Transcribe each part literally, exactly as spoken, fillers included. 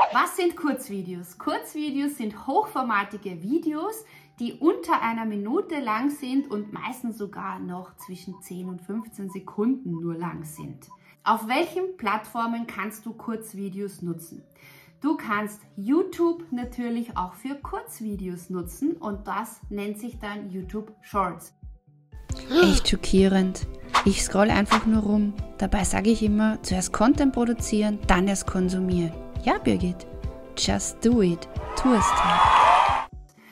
Was sind Kurzvideos? Kurzvideos sind hochformatige Videos, die unter einer Minute lang sind und meistens sogar noch zwischen zehn und fünfzehn Sekunden nur lang sind. Auf welchen Plattformen kannst du Kurzvideos nutzen? Du kannst YouTube natürlich auch für Kurzvideos nutzen und das nennt sich dann YouTube Shorts. Echt schockierend. Ich scroll einfach nur rum. Dabei sage ich immer, zuerst Content produzieren, dann erst konsumieren. Ja, Birgit, just do it. Tu es halt.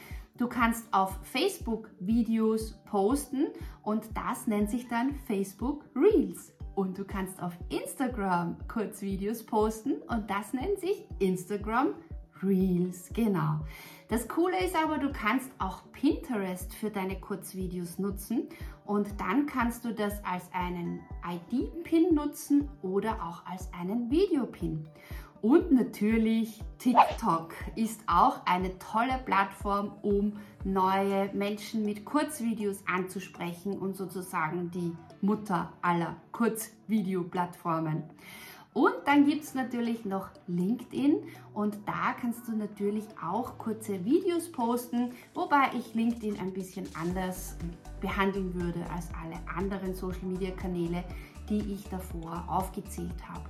Du kannst auf Facebook Videos posten und das nennt sich dann Facebook Reels. Und du kannst auf Instagram Kurzvideos posten und das nennt sich Instagram Reels. Genau. Das Coole ist aber, du kannst auch Pinterest für deine Kurzvideos nutzen und dann kannst du das als einen I D-Pin nutzen oder auch als einen Video-Pin. Und natürlich TikTok ist auch eine tolle Plattform, um neue Menschen mit Kurzvideos anzusprechen und sozusagen die Mutter aller Kurzvideoplattformen. Und dann gibt es natürlich noch LinkedIn und da kannst du natürlich auch kurze Videos posten, wobei ich LinkedIn ein bisschen anders behandeln würde als alle anderen Social-Media-Kanäle, die ich davor aufgezählt habe.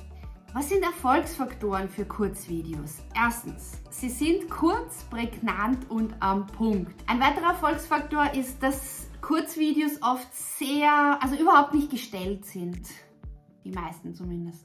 Was sind Erfolgsfaktoren für Kurzvideos? Erstens, sie sind kurz, prägnant und am Punkt. Ein weiterer Erfolgsfaktor ist, dass Kurzvideos oft sehr, also überhaupt nicht gestellt sind. Die meisten zumindest.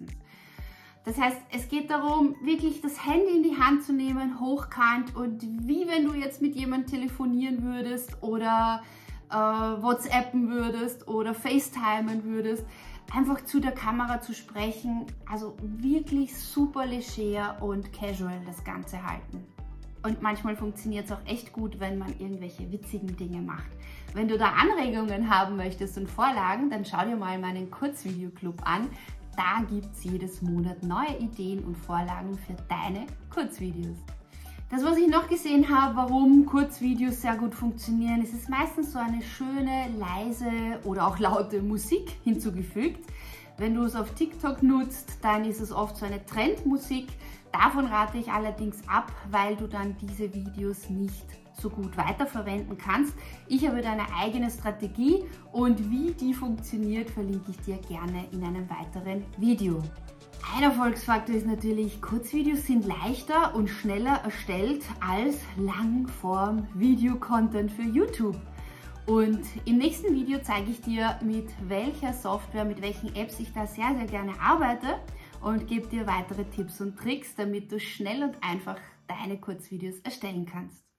Das heißt, es geht darum, wirklich das Handy in die Hand zu nehmen, hochkant und wie wenn du jetzt mit jemandem telefonieren würdest oder äh, WhatsAppen würdest oder FaceTimen würdest, einfach zu der Kamera zu sprechen, also wirklich super leger und casual das Ganze halten. Und manchmal funktioniert es auch echt gut, wenn man irgendwelche witzigen Dinge macht. Wenn du da Anregungen haben möchtest und Vorlagen, dann schau dir mal meinen Kurzvideoclub an. Da gibt es jedes Monat neue Ideen und Vorlagen für deine Kurzvideos. Das, was ich noch gesehen habe, warum Kurzvideos sehr gut funktionieren, ist es meistens so eine schöne, leise oder auch laute Musik hinzugefügt. Wenn du es auf TikTok nutzt, dann ist es oft so eine Trendmusik. Davon rate ich allerdings ab, weil du dann diese Videos nicht so gut weiterverwenden kannst. Ich habe da eine eigene Strategie und wie die funktioniert, verlinke ich dir gerne in einem weiteren Video. Ein Erfolgsfaktor ist natürlich, Kurzvideos sind leichter und schneller erstellt als Langform-Video-Content für YouTube. Und im nächsten Video zeige ich dir, mit welcher Software, mit welchen Apps ich da sehr, sehr gerne arbeite und gebe dir weitere Tipps und Tricks, damit du schnell und einfach deine Kurzvideos erstellen kannst.